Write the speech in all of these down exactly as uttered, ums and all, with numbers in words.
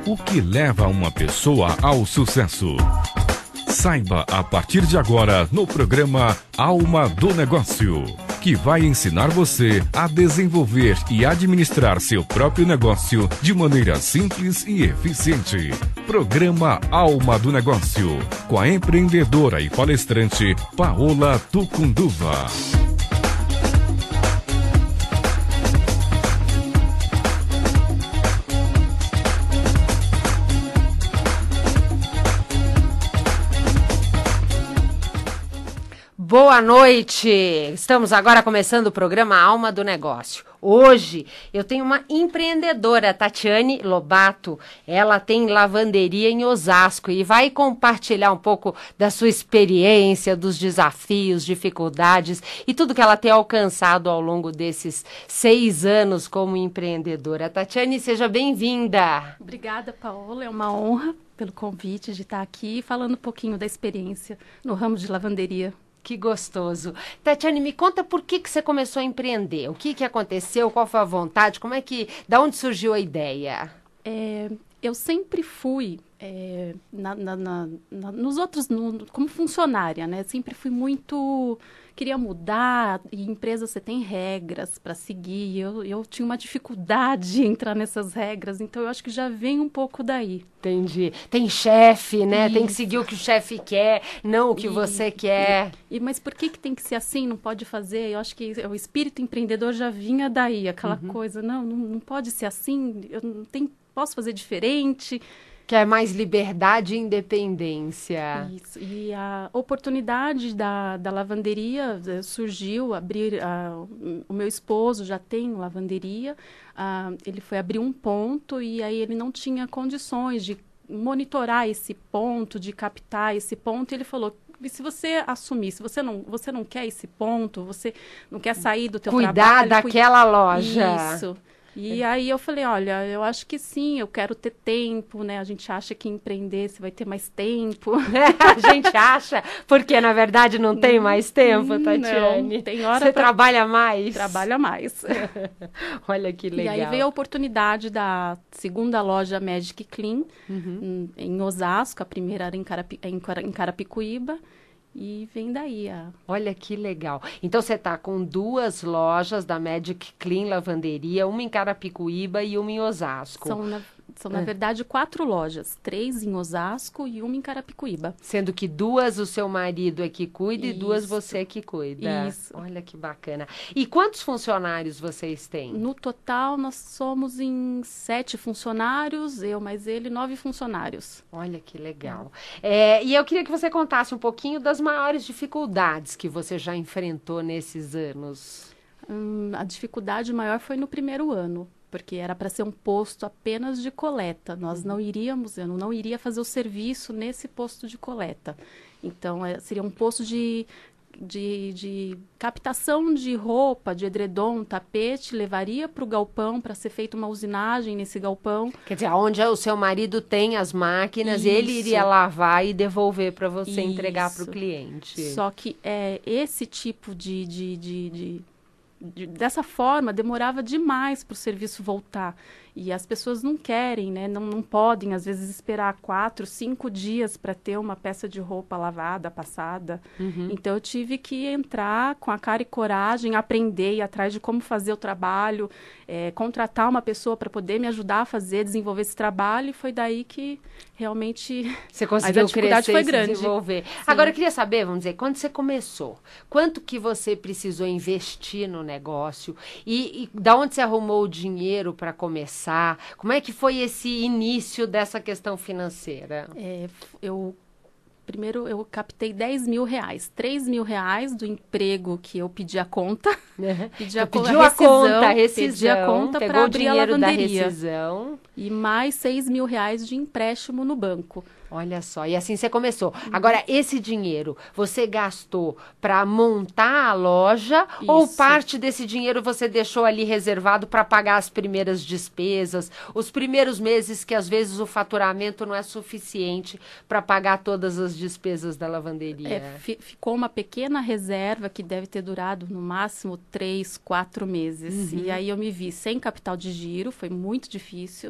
O que leva uma pessoa ao sucesso? Saiba a partir de agora no programa Alma do Negócio, que vai ensinar você a desenvolver e administrar seu próprio negócio de maneira simples e eficiente. Programa Alma do Negócio, com a empreendedora e palestrante Paola Tucunduva. Boa noite! Estamos agora começando o programa Alma do Negócio. Hoje eu tenho uma empreendedora, Tatiane Lobato. Ela tem lavanderia em Osasco e vai compartilhar um pouco da sua experiência, dos desafios, dificuldades e tudo que ela tem alcançado ao longo desses seis anos como empreendedora. Tatiane, seja bem-vinda! Obrigada, Paola. É uma honra pelo convite de estar aqui falando um pouquinho da experiência no ramo de lavanderia. Que gostoso. Tatiane, me conta por que, que você começou a empreender. O que, que aconteceu? Qual foi a vontade? Como é que... Da onde surgiu a ideia? É, eu sempre fui, é, na, na, na, na, nos outros, no, como funcionária, né? Sempre fui muito... Queria mudar, e empresa você tem regras para seguir, eu, eu tinha uma dificuldade de entrar nessas regras, então eu acho que já vem um pouco daí. Entendi. Tem chefe, né? Isso. Tem que seguir o que o chefe quer, não o que e, você quer. E, e, mas por que, que tem que ser assim, não pode fazer? Eu acho que o espírito empreendedor já vinha daí, aquela uhum. coisa, não, não, não pode ser assim, eu não tenho, posso fazer diferente. Que é mais liberdade e independência. Isso. E a oportunidade da, da lavanderia surgiu, abrir, uh, o meu esposo já tem lavanderia, uh, ele foi abrir um ponto e aí ele não tinha condições de monitorar esse ponto, de captar esse ponto, e ele falou... E se você assumir, se você não, você não quer esse ponto, você não quer sair do teu Cuidar trabalho... Cuidar daquela cuida... loja. Isso. E é. aí eu falei, olha, eu acho que sim, eu quero ter tempo, né? A gente acha que empreender você vai ter mais tempo. A gente acha, porque na verdade não tem mais tempo, Tatiane. Não, tem hora Você pra... trabalha mais? Trabalha mais. Olha que legal. E aí veio a oportunidade da segunda loja Magic Clean, uhum. em Osasco, a primeira era em, Carapi... em Carapicuíba. E vem daí a... Olha que legal. Então você está com duas lojas da Magic Clean Lavanderia, uma em Carapicuíba e uma em Osasco. São, na, são na é. verdade, quatro lojas. Três em Osasco e uma em Carapicuíba. Sendo que duas o seu marido é que cuida Isso. e duas você é que cuida. Isso. Olha que bacana. E quantos funcionários vocês têm? No total, nós somos em sete funcionários, eu mais ele, nove funcionários. Olha que legal. É. É, e eu queria que você contasse um pouquinho das maiores dificuldades que você já enfrentou nesses anos. Hum, a dificuldade maior foi no primeiro ano, porque era para ser um posto apenas de coleta. Nós não iríamos, eu não iria fazer o serviço nesse posto de coleta. Então, é, seria um posto de, de, de captação de roupa, de edredom, tapete, levaria para o galpão para ser feita uma usinagem nesse galpão. Quer dizer, onde o seu marido tem as máquinas, Isso. ele iria lavar e devolver para você Isso. entregar para o cliente. Só que é, esse tipo de... de, de, de De, dessa forma, demorava demais para o serviço voltar. E as pessoas não querem, né? Não, não podem, às vezes, esperar quatro, cinco dias para ter uma peça de roupa lavada, passada. Uhum. Então, eu tive que entrar com a cara e coragem, aprender, ir atrás de como fazer o trabalho, é, contratar uma pessoa para poder me ajudar a fazer, desenvolver esse trabalho. E foi daí que realmente você conseguiu a dificuldade crescer foi e se grande. desenvolver. Agora, eu queria saber, vamos dizer, quando você começou, quanto que você precisou investir no negócio e, e da onde você arrumou o dinheiro para começar? Como é que foi esse início dessa questão financeira? É, eu primeiro eu captei dez mil reais, três mil reais do emprego que eu pedi a conta, uhum. pedi a, pediu a, a conta, a rescisão, pedi a conta para abrir a lavanderia, da rescisão. E mais seis mil reais de empréstimo no banco. Olha só, e assim você começou. Agora, esse dinheiro você gastou para montar a loja Isso. ou parte desse dinheiro você deixou ali reservado para pagar as primeiras despesas, os primeiros meses que às vezes o faturamento não é suficiente para pagar todas as despesas da lavanderia? É, ficou uma pequena reserva que deve ter durado no máximo três, quatro meses. Uhum. E aí eu me vi sem capital de giro, foi muito difícil.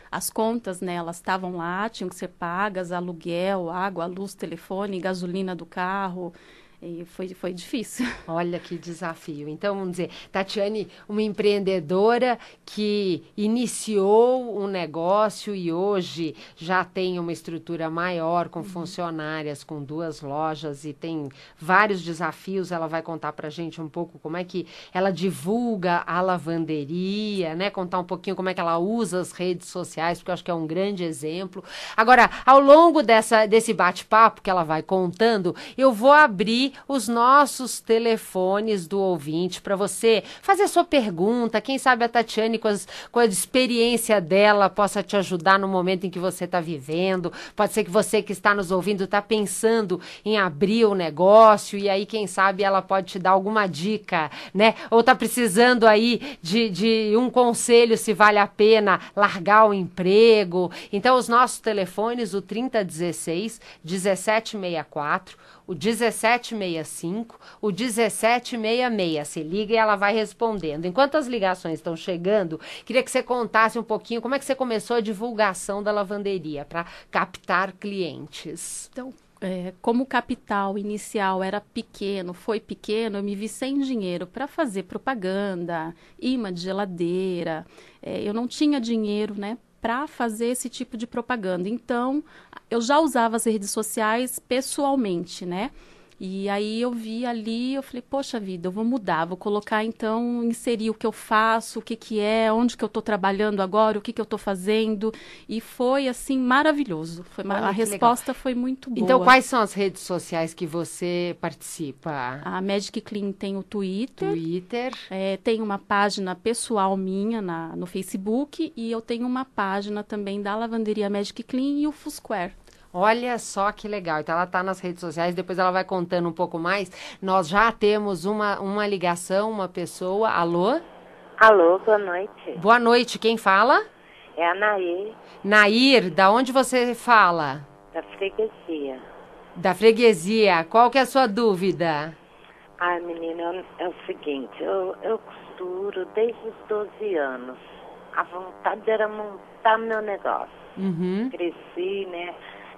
as contas, né, elas estavam lá, tinham que ser pagas, aluguel, água, luz, telefone, gasolina do carro. E foi, foi difícil. Olha que desafio. Então, vamos dizer, Tatiane, uma empreendedora que iniciou um negócio e hoje já tem uma estrutura maior, com uhum. funcionárias, com duas lojas e tem vários desafios. Ela vai contar pra gente um pouco como é que ela divulga a lavanderia, né? Contar um pouquinho como é que ela usa as redes sociais, porque eu acho que é um grande exemplo. Agora, ao longo dessa, desse bate-papo que ela vai contando, eu vou abrir os nossos telefones do ouvinte para você fazer sua pergunta. Quem sabe a Tatiane, com, as, com a experiência dela, possa te ajudar no momento em que você está vivendo. Pode ser que você que está nos ouvindo está pensando em abrir o negócio e aí, quem sabe, ela pode te dar alguma dica, né? Ou está precisando aí de, de um conselho se vale a pena largar o emprego. Então, os nossos telefones, o trinta dezesseis, dezessete sessenta e quatro, o dezessete sessenta e cinco, o dezessete sessenta e seis. Se liga e ela vai respondendo. Enquanto as ligações estão chegando, queria que você contasse um pouquinho como é que você começou a divulgação da lavanderia para captar clientes. Então, é, como o capital inicial era pequeno, foi pequeno, eu me vi sem dinheiro para fazer propaganda, imã de geladeira. É, eu não tinha dinheiro, né, para fazer esse tipo de propaganda. Então, eu já usava as redes sociais pessoalmente, né? E aí eu vi ali, eu falei, poxa vida, eu vou mudar, vou colocar então, inserir o que eu faço, o que que é, onde que eu estou trabalhando agora, o que que eu estou fazendo. E foi, assim, maravilhoso. Foi, Olha, a resposta legal. Foi muito boa. Então, quais são as redes sociais que você participa? A Magic Clean tem o Twitter. Twitter. É, tem uma página pessoal minha na, no Facebook e eu tenho uma página também da Lavanderia Magic Clean e o Foursquare. Olha só que legal. Então, ela está nas redes sociais, depois ela vai contando um pouco mais. Nós já temos uma, uma ligação, uma pessoa. Alô? Alô, boa noite. Boa noite. Quem fala? É a Nair. Nair, da onde você fala? Da freguesia. Da freguesia. Qual que é a sua dúvida? Ai, menina, é o seguinte, eu, eu costuro desde os doze anos. A vontade era montar meu negócio. Uhum. Cresci, né?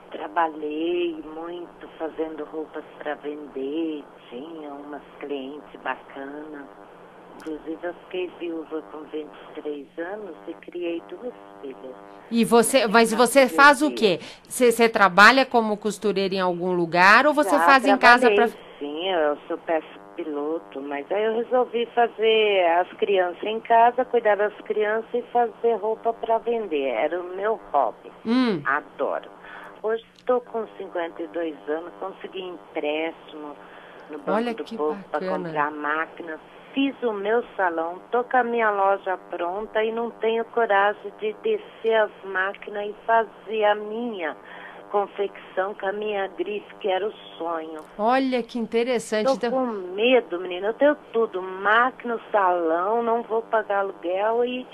Trabalhei muito fazendo roupas para vender, tinha umas clientes bacanas. Inclusive, eu fiquei viúva com vinte e três anos e criei duas filhas. E você, mas você faz o quê? Você, você trabalha como costureira em algum lugar ou você Já faz em casa para... Sim, eu sou peça piloto, mas aí eu resolvi fazer as crianças em casa, cuidar das crianças e fazer roupa para vender. Era o meu hobby. Hum. Adoro. Hoje estou com cinquenta e dois anos, consegui empréstimo no Banco Olha do que Povo para bacana. comprar máquinas. Fiz o meu salão, estou com a minha loja pronta e não tenho coragem de descer as máquinas e fazer a minha confecção com a minha grife, que era o sonho. Olha que interessante. Estou com medo, menina. Eu tenho tudo, máquina, salão, não vou pagar aluguel e...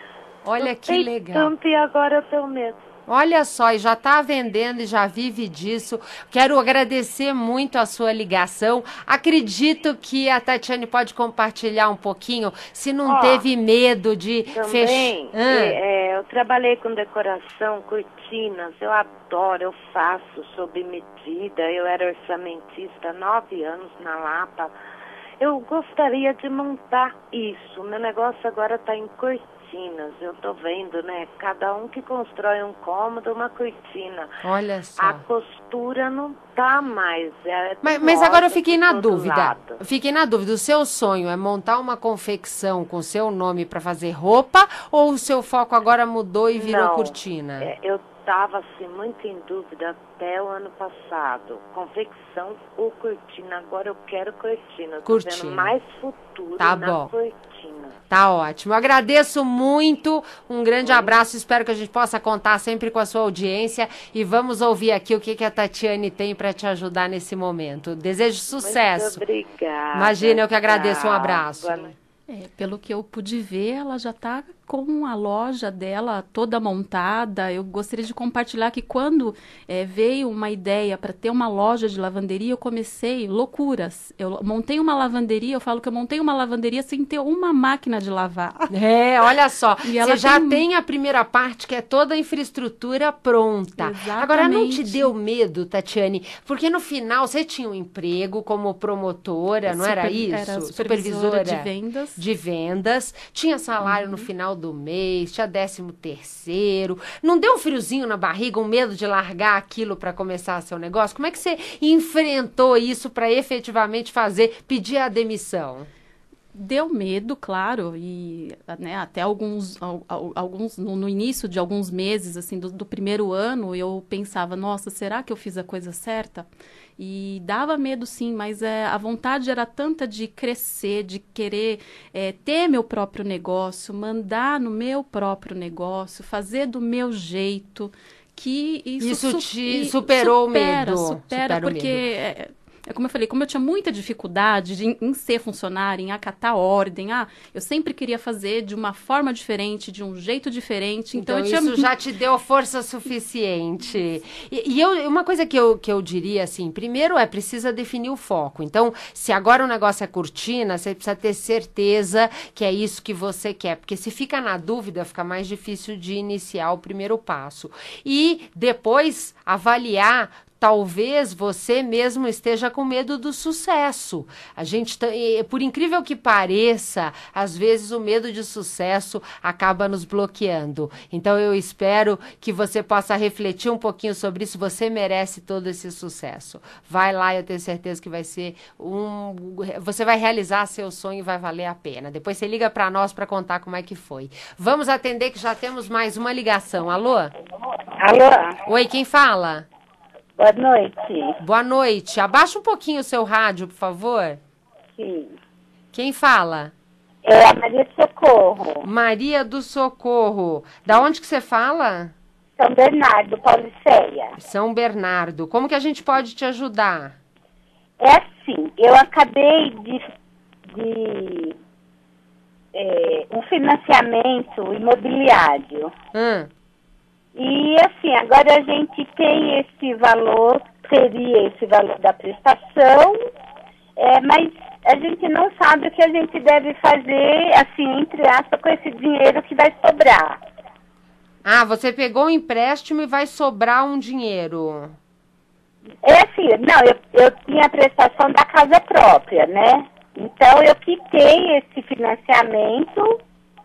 Olha que legal. Tanto e agora eu tenho medo. Olha só, e já está vendendo e já vive disso. Quero agradecer muito a sua ligação. Acredito que a Tatiane pode compartilhar um pouquinho, se não Ó, teve medo de fechar. Também, é, é, eu trabalhei com decoração, cortinas, eu adoro, eu faço sob medida. Eu era orçamentista há nove anos na Lapa. Eu gostaria de montar isso. Meu negócio agora está em cortinas. Eu tô vendo, né? Cada um que constrói um cômodo, uma cortina. Olha só. A costura não tá mais. É mas, mas agora eu fiquei na todo dúvida. lado. Eu fiquei na dúvida. O seu sonho é montar uma confecção com seu nome para fazer roupa ou o seu foco agora mudou e virou Não, cortina? É, eu estava assim, muito em dúvida até o ano passado. Confecção ou cortina. Agora eu quero cortina. Eu tô Cortina. vendo mais futuro Tá na bom. cortina. Tá ótimo. Eu agradeço muito. Um grande abraço. Espero que a gente possa contar sempre com a sua audiência. E vamos ouvir aqui o que, que a Tatiane tem para te ajudar nesse momento. Desejo sucesso. Muito obrigada. Imagina, eu que agradeço. Um Tchau. abraço. Boa noite. É, pelo que eu pude ver, ela já está com a loja dela toda montada, eu gostaria de compartilhar que quando é, veio uma ideia para ter uma loja de lavanderia, eu comecei loucuras. Eu montei uma lavanderia, eu falo que eu montei uma lavanderia sem ter uma máquina de lavar. É, olha só, E você ela já tem- tem a primeira parte, que é toda a infraestrutura pronta. Exatamente. Agora, não te deu medo, Tatiane? Porque no final você tinha um emprego como promotora, não era Super- isso? Era supervisora de vendas. de vendas, tinha salário Uhum. no final do mês, tinha décimo terceiro. Não deu um friozinho na barriga, um medo de largar aquilo para começar seu negócio? Como é que você enfrentou isso para efetivamente fazer, pedir a demissão? Deu medo, claro, e né, até alguns, al- al- alguns no, no início de alguns meses, assim, do, do primeiro ano, eu pensava, nossa, será que eu fiz a coisa certa? E dava medo, sim, mas é, a vontade era tanta de crescer, de querer é, ter meu próprio negócio, mandar no meu próprio negócio, fazer do meu jeito, que isso, Isso su- te e superou o supera, medo, Supera, supera o porque... medo. é, É como eu falei, como eu tinha muita dificuldade de, em, em ser funcionária, em acatar ordem, ah, eu sempre queria fazer de uma forma diferente, de um jeito diferente, então, Então, eu tinha... isso já te deu força suficiente. E, e eu, uma coisa que eu, que eu diria, assim, primeiro é, precisa definir o foco. Então, se agora o negócio é cortina, você precisa ter certeza que é isso que você quer. Porque se fica na dúvida, fica mais difícil de iniciar o primeiro passo. E depois avaliar. Talvez você mesmo esteja com medo do sucesso. A gente, tá- e, por incrível que pareça, às vezes o medo de sucesso acaba nos bloqueando. Então eu espero que você possa refletir um pouquinho sobre isso. Você merece todo esse sucesso. Vai lá, eu tenho certeza que vai ser um... Você vai realizar seu sonho e vai valer a pena. Depois você liga para nós para contar como é que foi. Vamos atender que já temos mais uma ligação. Alô? Alô, Oi, quem fala? boa noite. Boa noite. Abaixa um pouquinho o seu rádio, por favor. Sim. Quem fala? É a Maria de Socorro, Maria do Socorro. Da onde que você fala? São Bernardo, Pauliceia. São Bernardo. Como que a gente pode te ajudar? É assim, eu acabei de, de é, um financiamento imobiliário. Hum. E assim, agora a gente tem esse valor, teria esse valor da prestação, é, mas a gente não sabe o que a gente deve fazer, assim, entre aspas, com esse dinheiro que vai sobrar. Ah, você pegou um empréstimo e vai sobrar um dinheiro. É assim, não, eu, eu tinha a prestação da casa própria, né? Então eu quitei esse financiamento,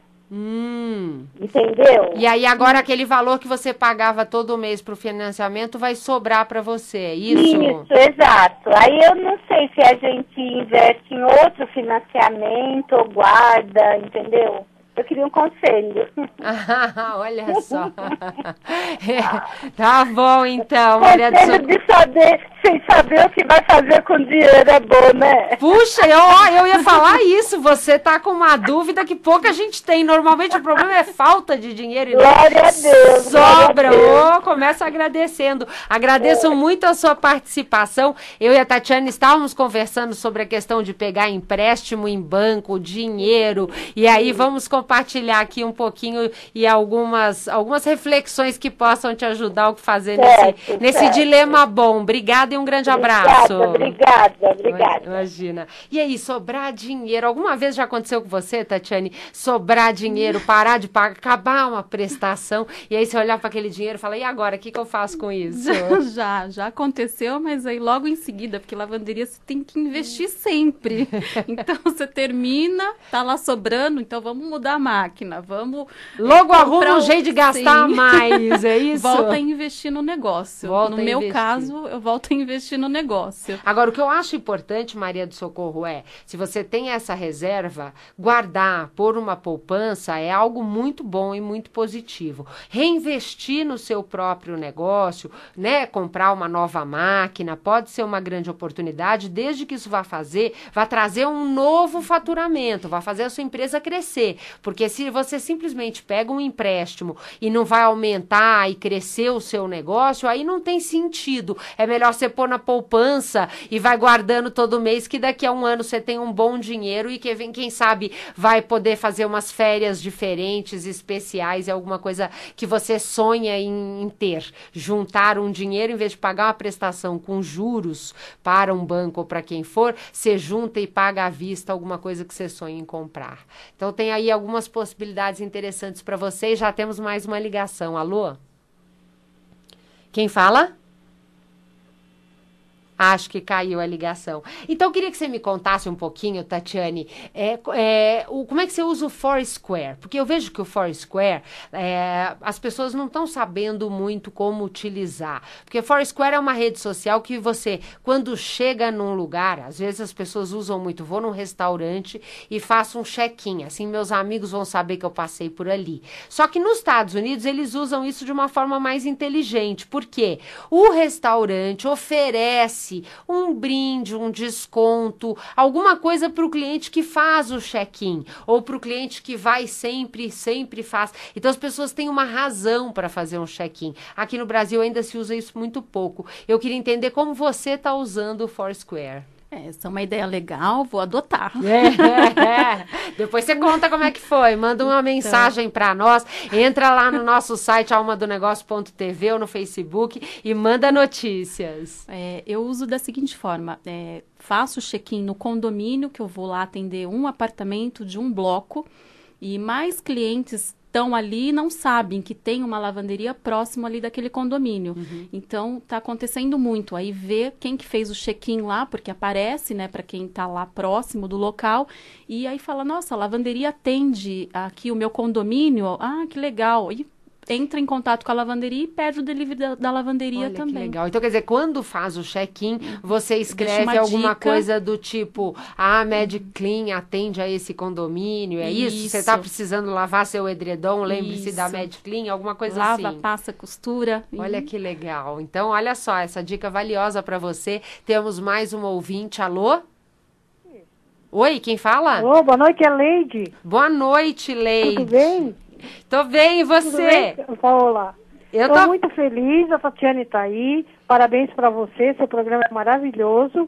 Hum. entendeu? E aí agora aquele valor que você pagava todo mês para o financiamento vai sobrar para você, é isso? Isso, exato. Aí eu não sei se a gente investe em outro financiamento ou guarda, entendeu? Eu queria um conselho. Ah, olha só. É, tá bom, então, Maria do Conselho Socorro. de saber, sem saber o que vai fazer com o dinheiro é bom, né? Puxa, eu, ó, eu ia falar isso. Você tá com uma dúvida que pouca gente tem. Normalmente o problema é falta de dinheiro e não Glória a Deus. sobra. glória a Deus. Ô, começa agradecendo. Agradeço muito a sua participação. Eu e a Tatiana estávamos conversando sobre a questão de pegar empréstimo em banco, dinheiro. E aí vamos compartilhar aqui um pouquinho e algumas, algumas reflexões que possam te ajudar o que fazer Certo, nesse, nesse certo. dilema bom. Obrigada e um grande abraço. Obrigada, obrigada, obrigada. Imagina. E aí, sobrar dinheiro. Alguma vez já aconteceu com você, Tatiane? Sobrar dinheiro, parar de pagar, acabar uma prestação, e aí você olhar para aquele dinheiro e falar, e agora, o que, que eu faço com isso? Já, já aconteceu, mas aí logo em seguida, porque lavanderia você tem que investir sempre. Então você termina, tá lá sobrando, então vamos mudar a máquina, vamos... Logo é, arruma comprar um jeito de gastar sim. mais, é isso? Volta a investir no negócio. Volta no a meu investir. caso, eu volto a investir no negócio. Agora, o que eu acho importante, Maria do Socorro, é, se você tem essa reserva, guardar, pôr uma poupança é algo muito bom e muito positivo. Reinvestir no seu próprio negócio, né, comprar uma nova máquina, pode ser uma grande oportunidade, desde que isso vá fazer, vá trazer um novo faturamento, vá fazer a sua empresa crescer. Porque se você simplesmente pega um empréstimo e não vai aumentar e crescer o seu negócio, aí não tem sentido. É melhor você pôr na poupança e vai guardando todo mês, que daqui a um ano você tem um bom dinheiro e que vem, quem sabe vai poder fazer umas férias diferentes, especiais, é alguma coisa que você sonha em, em ter. Juntar um dinheiro, em vez de pagar uma prestação com juros para um banco ou para quem for, você junta e paga à vista alguma coisa que você sonha em comprar. Então tem aí algumas possibilidades interessantes para vocês. Já temos mais uma ligação. Alô? Quem fala? Acho que caiu a ligação. Então, eu queria que você me contasse um pouquinho, Tatiane, é, é, o, como é que você usa o Foursquare? Porque eu vejo que o Foursquare, é, as pessoas não estão sabendo muito como utilizar. Porque o Foursquare é uma rede social que você, quando chega num lugar, às vezes as pessoas usam muito, vou num restaurante e faço um check-in, assim meus amigos vão saber que eu passei por ali. Só que nos Estados Unidos, eles usam isso de uma forma mais inteligente. Por quê? O restaurante oferece um brinde, um desconto, alguma coisa para o cliente que faz o check-in, ou para o cliente que vai sempre, sempre faz. Então as pessoas têm uma razão para fazer um check-in. Aqui no Brasil ainda se usa isso muito pouco. Eu queria entender como você está usando o Foursquare. É, essa é uma ideia legal, vou adotar. É, é, é. Depois você conta como é que foi, manda uma mensagem então para nós, entra lá no nosso site alma do negócio ponto t v ou no Facebook e manda notícias. É, eu uso da seguinte forma, é, faço check-in no condomínio, que eu vou lá atender um apartamento de um bloco, e mais clientes estão ali e não sabem que tem uma lavanderia próximo ali daquele condomínio. Uhum. Então, está acontecendo muito. Aí vê quem que fez o check-in lá, porque aparece, né, para quem está lá próximo do local, e aí fala, nossa, a lavanderia atende aqui o meu condomínio, ah, que legal. E entra em contato com a lavanderia e pede o delivery da, da lavanderia. Olha, também. Que legal. Então, quer dizer, quando faz o check-in, você escreve alguma dica. coisa do tipo, ah, Magic Clean atende a esse condomínio, é isso? isso? Você está precisando lavar seu edredom, lembre-se da Magic Clean, alguma coisa Lava, assim. Lava, passa, costura. Olha e... que legal. Então, olha só, essa dica valiosa para você. Temos mais uma ouvinte. Alô? Oi, quem fala? Alô, boa noite, é Leide. Boa noite, Leide. Tudo bem? Tô bem, e você? Tudo bem, Paola? Eu tô... tô muito feliz, a Tatiane tá aí. Parabéns para você, seu programa é maravilhoso.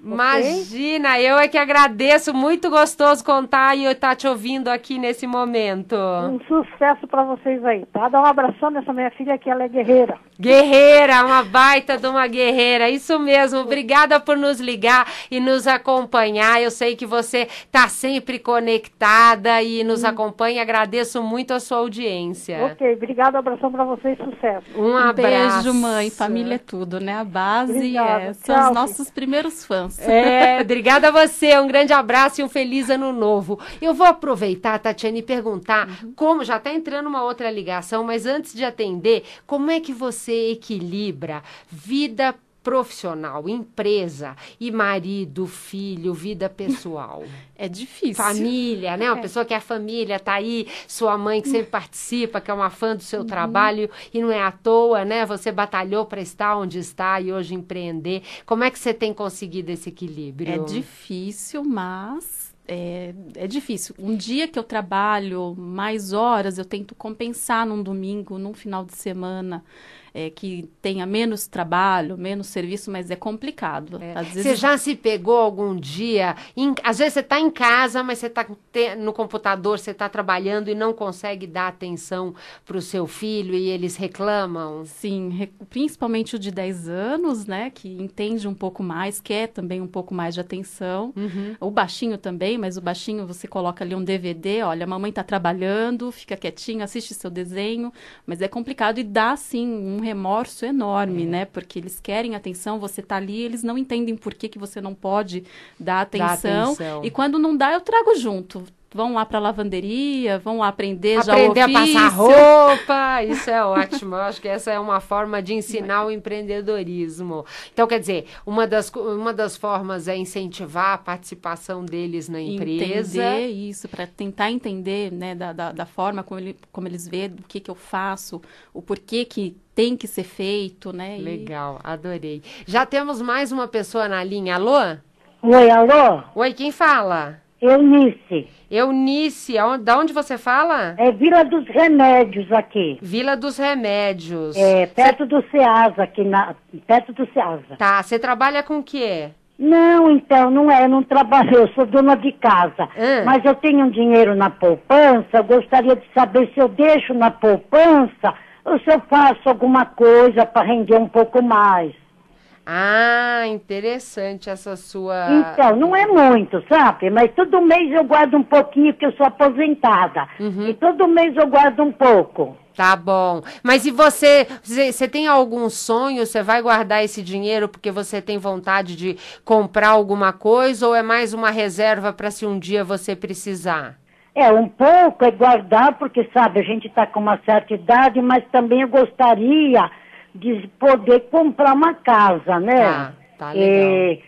Imagina, okay? Eu é que agradeço, muito gostoso contar e eu estar te ouvindo aqui nesse momento. Um sucesso para vocês aí, tá? Dá um abração nessa minha filha que ela é guerreira. Guerreira, uma baita de uma guerreira, isso mesmo. Obrigada por nos ligar e nos acompanhar. Eu sei que você está sempre conectada e nos hum. acompanha. Agradeço muito a sua audiência. Ok, obrigada, abração para vocês, sucesso. Um, um abraço. Beijo, mãe. Família é tudo, né? A base obrigada. é, são Tchau, os nossos filho. primeiros fãs. É, obrigada a você, um grande abraço e um feliz ano novo. Eu vou aproveitar, Tatiane, e perguntar uhum. como, já está entrando uma outra ligação, mas antes de atender, como é que você equilibra vida profissional, empresa e marido, filho, vida pessoal? É difícil. Família, né? Uma é. pessoa que é família, tá aí, sua mãe que sempre participa, que é uma fã do seu uhum. trabalho e não é à toa, né? Você batalhou para estar onde está e hoje empreender. Como é que você tem conseguido esse equilíbrio? É difícil, mas... É, é difícil. Um dia que eu trabalho mais horas, eu tento compensar num domingo, num final de semana, é, que tenha menos trabalho, menos serviço, mas é complicado. É. Às vezes... Você já se pegou algum dia, em, às vezes você está em casa, mas você está no computador, você está trabalhando e não consegue dar atenção para o seu filho e eles reclamam? Sim, re, principalmente o de dez anos, né, que entende um pouco mais, quer também um pouco mais de atenção. Uhum. O baixinho também, mas o baixinho você coloca ali um D V D, olha, a mamãe está trabalhando, fica quietinho, assiste seu desenho, mas é complicado e dá, sim, um remorso enorme, é. né? Porque eles querem atenção, você tá ali, eles não entendem por que, que você não pode dar atenção. Dá atenção. E quando não dá, eu trago junto. Vão lá para a lavanderia, vão lá aprender, já o ofício. Aprender a passar roupa, isso é ótimo. Eu acho que essa é uma forma de ensinar o empreendedorismo. Então, quer dizer, uma das, uma das formas é incentivar a participação deles na empresa. Entender isso, para tentar entender, né, da, da, da forma como, ele, como eles veem, o que, que eu faço, o porquê que tem que ser feito, né? Legal, e... adorei. Já temos mais uma pessoa na linha. Alô? Oi, alô? Oi, quem fala? Eunice. Eunice, aonde, da onde você fala? É Vila dos Remédios aqui. Vila dos Remédios. É, perto Cê... do Ceasa, aqui na, perto do Ceasa. Tá, você trabalha com o quê? Não, então, não é, eu não trabalho, eu sou dona de casa. Hum. Mas eu tenho um dinheiro na poupança, eu gostaria de saber se eu deixo na poupança ou se eu faço alguma coisa para render um pouco mais. Ah, interessante essa sua... Então, não é muito, sabe? Mas todo mês eu guardo um pouquinho, porque eu sou aposentada. Uhum. E todo mês eu guardo um pouco. Tá bom. Mas e você, você tem algum sonho? Você vai guardar esse dinheiro porque você tem vontade de comprar alguma coisa ou é mais uma reserva para se um dia você precisar? É, um pouco é guardar, porque, sabe, a gente está com uma certa idade, mas também eu gostaria de poder comprar uma casa, né? Tá, tá legal. E,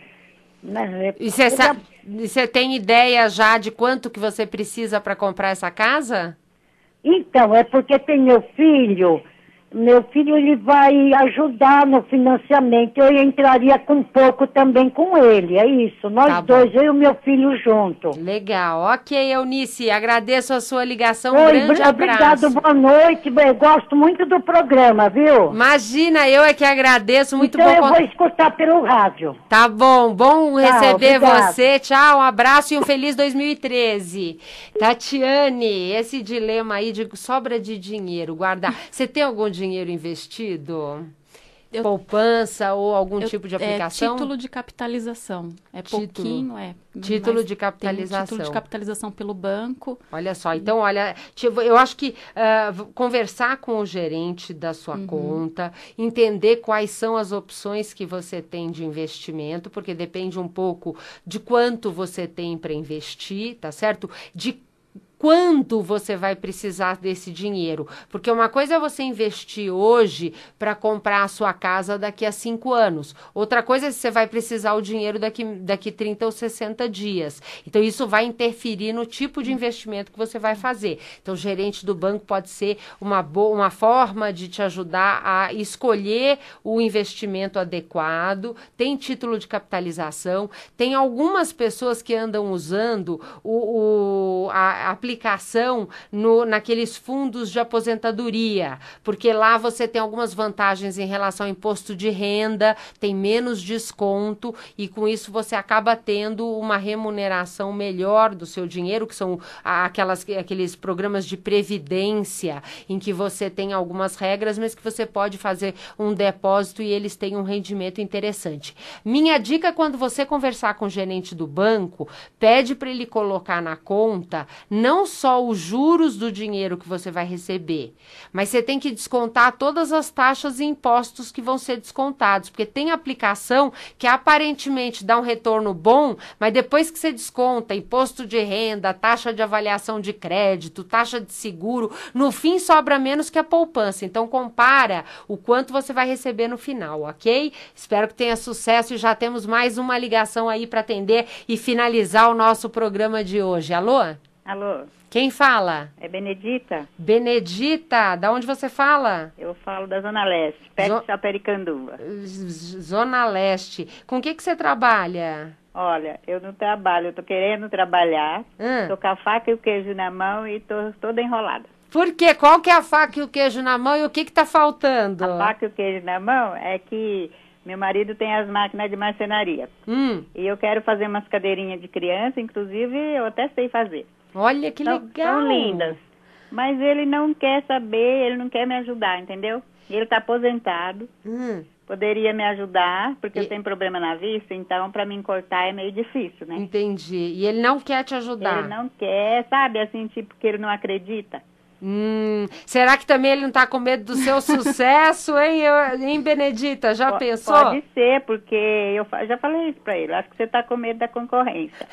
né, e você sa- você tem ideia já de quanto que você precisa para comprar essa casa? Então, é porque tem meu filho, meu filho ele vai ajudar no financiamento, eu entraria com pouco também com ele, é isso, nós tá dois, eu e o meu filho junto. Legal, ok, Eunice, agradeço a sua ligação, um Oi, grande abraço. Obrigado, boa noite, eu gosto muito do programa, viu? Imagina, eu é que agradeço, muito então bom. Então eu vou escutar pelo rádio. Tá bom, bom receber obrigado. você, tchau, um abraço e um feliz dois mil e treze. Tatiane, esse dilema aí de sobra de dinheiro, guardar, você tem algum dinheiro dinheiro investido? Eu, poupança ou algum eu, tipo de aplicação? É título de capitalização. É título, pouquinho, é. Título de capitalização. Título de capitalização pelo banco. Olha só, então, olha, eu acho que uh, conversar com o gerente da sua uhum. conta, entender quais são as opções que você tem de investimento, porque depende um pouco de quanto você tem para investir, tá certo? De quando você vai precisar desse dinheiro? Porque uma coisa é você investir hoje para comprar a sua casa daqui a cinco anos. Outra coisa é se você vai precisar o dinheiro daqui, daqui trinta ou sessenta dias. Então, isso vai interferir no tipo de investimento que você vai fazer. Então, o gerente do banco pode ser uma, boa, uma forma de te ajudar a escolher o investimento adequado. Tem título de capitalização. Tem algumas pessoas que andam usando o, o, a aplicação aplicação no, naqueles fundos de aposentadoria, porque lá você tem algumas vantagens em relação ao imposto de renda, tem menos desconto e com isso você acaba tendo uma remuneração melhor do seu dinheiro, que são aquelas, aqueles programas de previdência em que você tem algumas regras, mas que você pode fazer um depósito e eles têm um rendimento interessante. Minha dica, quando você conversar com o gerente do banco, pede para ele colocar na conta não só os juros do dinheiro que você vai receber, mas você tem que descontar todas as taxas e impostos que vão ser descontados, porque tem aplicação que aparentemente dá um retorno bom, mas depois que você desconta imposto de renda, taxa de avaliação de crédito, taxa de seguro, no fim sobra menos que a poupança. Então compara o quanto você vai receber no final, ok? Espero que tenha sucesso e já temos mais uma ligação aí para atender e finalizar o nosso programa de hoje. Alô? Alô? Quem fala? É Benedita. Benedita, da onde você fala? Eu falo da Zona Leste, perto Zo... de Sapericanduva. Zona Leste. Com o que, que você trabalha? Olha, eu não trabalho, eu tô querendo trabalhar, hum. tô com a faca e o queijo na mão e tô toda enrolada. Por quê? Qual que é a faca e o queijo na mão e o que que tá faltando? A faca e o queijo na mão é que meu marido tem as máquinas de marcenaria. Hum. E eu quero fazer umas cadeirinhas de criança, inclusive eu até sei fazer. Olha que são, legal. São lindas. Mas ele não quer saber, ele não quer me ajudar, entendeu? Ele está aposentado. Hum. Poderia me ajudar, porque e... eu tenho problema na vista, então para mim cortar é meio difícil, né? Entendi. E ele não quer te ajudar? Ele não quer, sabe? Assim, tipo, que ele não acredita. Hum, será que também ele não tá com medo do seu sucesso, hein, eu, hein, Benedita? Já P- pensou? Pode ser, porque eu já falei isso pra ele. Acho que você tá com medo da concorrência.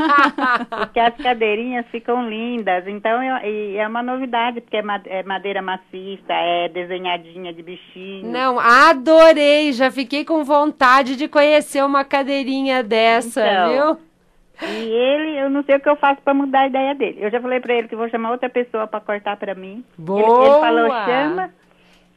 Porque as cadeirinhas ficam lindas. Então, eu, e é uma novidade, porque é madeira maciça, é desenhadinha de bichinho. Não, adorei. Já fiquei com vontade de conhecer uma cadeirinha dessa, então, viu? E ele, eu não sei o que eu faço para mudar a ideia dele. Eu já falei para ele que vou chamar outra pessoa para cortar para mim. Boa! Ele, ele falou, chama.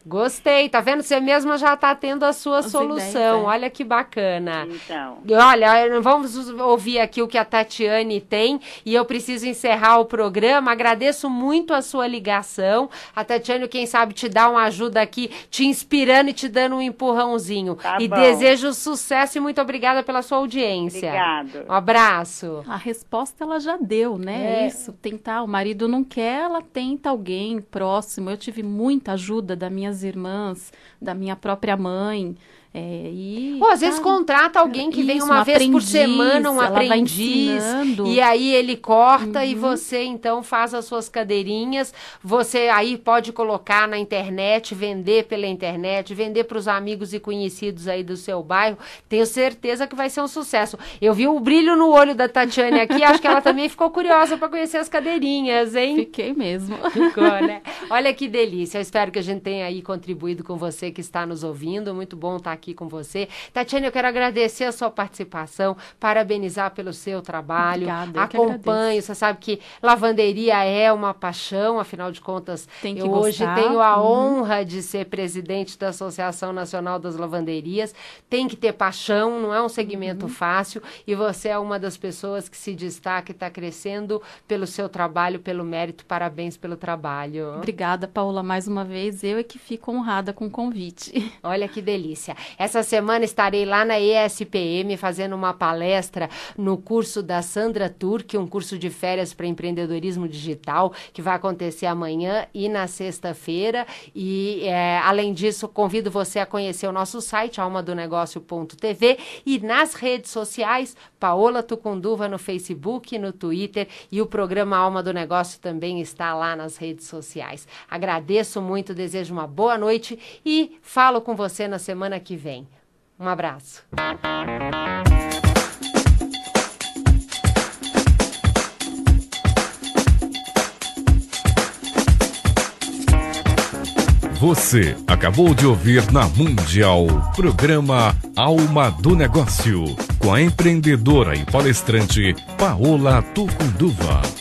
Gostei, tá vendo? Você mesma já tá tendo a sua As solução. ideias, é. Olha que bacana. Então. Olha, vamos ouvir aqui o que a Tatiane tem e eu preciso encerrar o programa. Agradeço muito a sua ligação. A Tatiane, quem sabe, te dá uma ajuda aqui, te inspirando e te dando um empurrãozinho. Tá e bom. Desejo sucesso e muito obrigada pela sua audiência. Obrigado. Um abraço. A resposta ela já deu, né? É. Isso, tentar, o marido não quer, ela tenta alguém próximo. Eu tive muita ajuda das minhas irmãs, da minha própria mãe. É, e Ou às tá, vezes contrata alguém que vem isso, uma um vez por aprendiz, semana, um ela vai aprendiz, ensinando. e aí ele corta Uhum. e você então faz as suas cadeirinhas, você aí pode colocar na internet, vender pela internet, vender para os amigos e conhecidos aí do seu bairro, tenho certeza que vai ser um sucesso. Eu vi o brilho no olho da Tatiane aqui, acho que ela também ficou curiosa para conhecer as cadeirinhas, hein? Fiquei mesmo. Ficou, né? Olha que delícia, eu espero que a gente tenha aí contribuído com você que está nos ouvindo, muito bom estar aqui com você. Tatiane, eu quero agradecer a sua participação, parabenizar pelo seu trabalho. Obrigada, eu que Acompanho, agradeço. você sabe que lavanderia é uma paixão, afinal de contas, Tem que eu hoje gostar. tenho a Uhum. honra de ser presidente da Associação Nacional das Lavanderias. Tem que ter paixão, não é um segmento Uhum. fácil, e você é uma das pessoas que se destaca e está crescendo pelo seu trabalho, pelo mérito. Parabéns pelo trabalho. Obrigada, Paula, mais uma vez. Eu é que fico honrada com o convite. Olha que delícia. Essa semana estarei lá na E S P M fazendo uma palestra no curso da Sandra Turk, um curso de férias para empreendedorismo digital, que vai acontecer amanhã e na sexta-feira. E, é, além disso, convido você a conhecer o nosso site, alma do negócio ponto t v, e nas redes sociais, Paola Tucunduva no Facebook, no Twitter, e o programa Alma do Negócio também está lá nas redes sociais. Agradeço muito, desejo uma boa noite e falo com você na semana que vem. Um abraço. Você acabou de ouvir na Mundial, programa Alma do Negócio, com a empreendedora e palestrante Paola Tucunduva.